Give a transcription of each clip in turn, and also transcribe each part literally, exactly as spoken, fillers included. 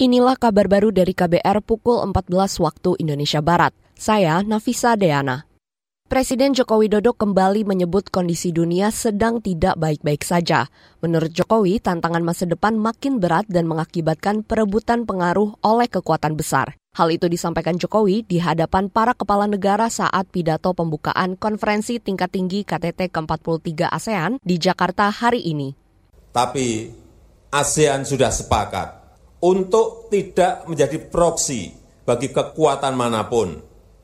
Inilah kabar baru dari K B R pukul empat belas waktu Indonesia Barat. Saya Nafisa Deana. Presiden Joko Widodo kembali menyebut kondisi dunia sedang tidak baik-baik saja. Menurut Jokowi, tantangan masa depan makin berat dan mengakibatkan perebutan pengaruh oleh kekuatan besar. Hal itu disampaikan Jokowi di hadapan para kepala negara saat pidato pembukaan konferensi tingkat tinggi K T T ke empat puluh tiga ASEAN di Jakarta hari ini. Tapi ASEAN sudah sepakat untuk tidak menjadi proksi bagi kekuatan manapun,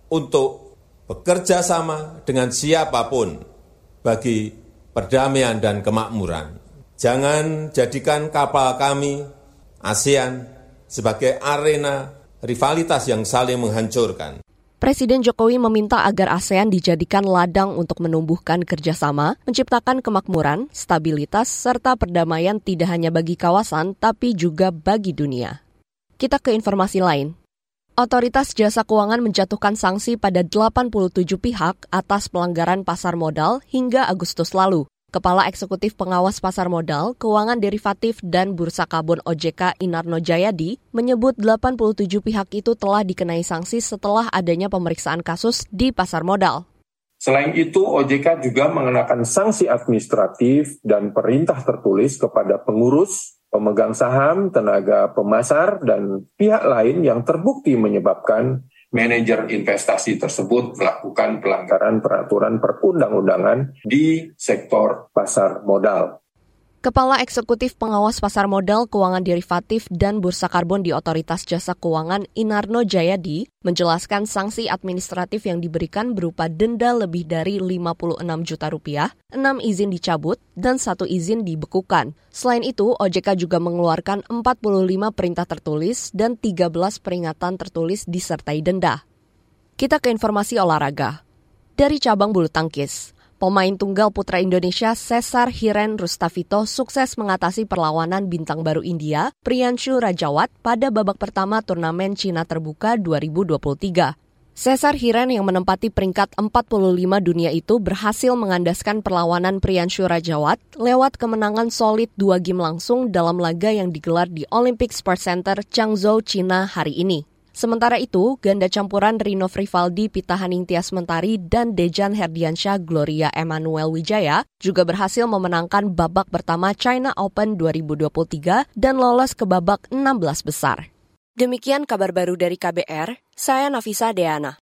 untuk bekerja sama dengan siapapun bagi perdamaian dan kemakmuran. Jangan jadikan kapal kami, ASEAN, sebagai arena rivalitas yang saling menghancurkan. Presiden Jokowi meminta agar ASEAN dijadikan ladang untuk menumbuhkan kerjasama, menciptakan kemakmuran, stabilitas, serta perdamaian tidak hanya bagi kawasan, tapi juga bagi dunia. Kita ke informasi lain. Otoritas Jasa Keuangan menjatuhkan sanksi pada delapan puluh tujuh pihak atas pelanggaran pasar modal hingga Agustus lalu. Kepala Eksekutif Pengawas Pasar Modal, Keuangan Derivatif dan Bursa Karbon O J K Inarno Jayadi menyebut delapan puluh tujuh pihak itu telah dikenai sanksi setelah adanya pemeriksaan kasus di pasar modal. Selain itu, O J K juga mengenakan sanksi administratif dan perintah tertulis kepada pengurus, pemegang saham, tenaga pemasar, dan pihak lain yang terbukti menyebabkan manajer investasi tersebut melakukan pelanggaran peraturan perundang-undangan di sektor pasar modal. Kepala Eksekutif Pengawas Pasar Modal, Keuangan Derivatif, dan Bursa Karbon di Otoritas Jasa Keuangan Inarno Jayadi menjelaskan sanksi administratif yang diberikan berupa denda lebih dari lima puluh enam juta rupiah, enam izin dicabut, dan satu izin dibekukan. Selain itu, O J K juga mengeluarkan empat puluh lima perintah tertulis dan tiga belas peringatan tertulis disertai denda. Kita ke informasi olahraga. Dari cabang bulu tangkis, pemain tunggal putra Indonesia Cesar Hiren Rustavito sukses mengatasi perlawanan bintang baru India, Priyanshu Rajawat, pada babak pertama turnamen Cina Terbuka dua ribu dua puluh tiga. Cesar Hiren yang menempati peringkat empat puluh lima dunia itu berhasil mengandaskan perlawanan Priyanshu Rajawat lewat kemenangan solid dua game langsung dalam laga yang digelar di Olympic Sports Center Changzhou, Cina hari ini. Sementara itu, ganda campuran Rino Frivaldi Pita Haningtyas Mentari dan Dejan Herdiansyah Gloria Emmanuel Wijaya juga berhasil memenangkan babak pertama China Open dua ribu dua puluh tiga dan lolos ke babak enam belas besar. Demikian kabar baru dari K B R, saya Nafisa Deana.